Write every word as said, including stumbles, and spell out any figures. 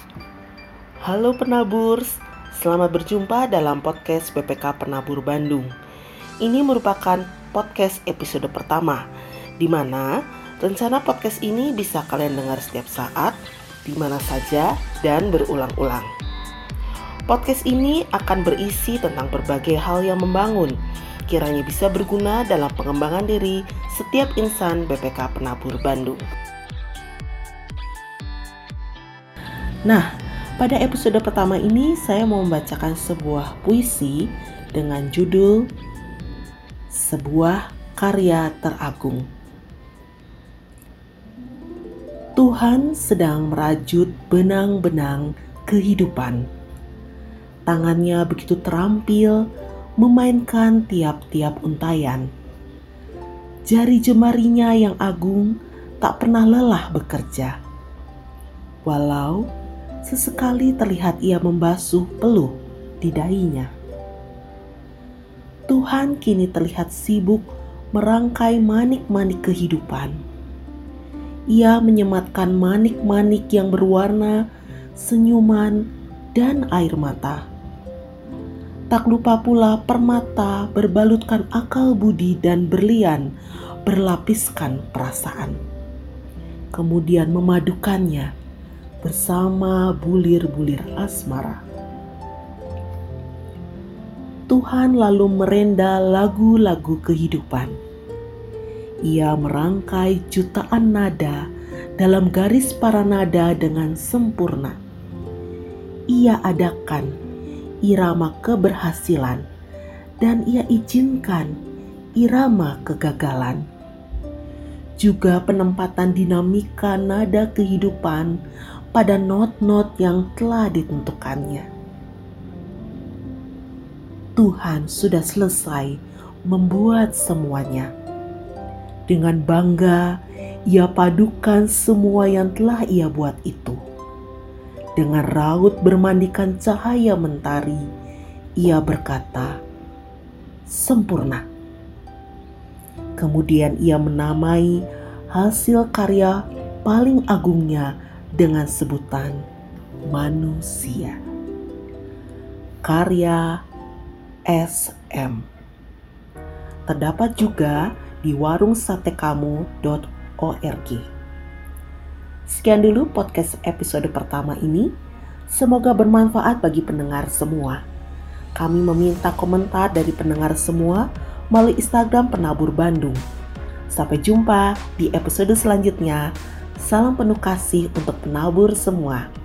Halo penaburs, selamat berjumpa dalam podcast B P K Penabur Bandung. Ini merupakan podcast episode pertama, di mana rencana podcast ini bisa kalian dengar setiap saat, di mana saja, dan berulang-ulang. Podcast ini akan berisi tentang berbagai hal yang membangun, kiranya bisa berguna dalam pengembangan diri setiap insan B P K Penabur Bandung. Nah, pada episode pertama ini saya mau membacakan sebuah puisi dengan judul Sebuah Karya Teragung. Tuhan sedang merajut benang-benang kehidupan. Tangannya begitu terampil memainkan tiap-tiap untayan. Jari jemarinya yang agung tak pernah lelah bekerja. Walau sesekali terlihat ia membasuh peluh di dahinya. Tuhan kini terlihat sibuk merangkai manik-manik kehidupan. Ia menyematkan manik-manik yang berwarna, senyuman, dan air mata. Tak lupa pula permata berbalutkan akal budi dan berlian berlapiskan perasaan. Kemudian memadukannya bersama bulir-bulir asmara. Tuhan lalu merenda lagu-lagu kehidupan. Ia merangkai jutaan nada dalam garis para nada dengan sempurna. Ia adakan irama keberhasilan dan ia izinkan irama kegagalan. Juga penempatan dinamika nada kehidupan pada not-not yang telah ditentukannya. Tuhan sudah selesai membuat semuanya. Dengan bangga, ia padukan semua yang telah ia buat itu. Dengan raut bermandikan cahaya mentari, ia berkata, "Sempurna." Kemudian ia menamai hasil karya paling agungnya dengan sebutan manusia. Karya S M. Terdapat juga di warung sate kamu dot org. Sekian dulu podcast episode pertama ini. Semoga bermanfaat bagi pendengar semua. Kami meminta komentar dari pendengar semua melalui Instagram Penabur Bandung. Sampai jumpa di episode selanjutnya. Salam penuh kasih untuk penabur semua.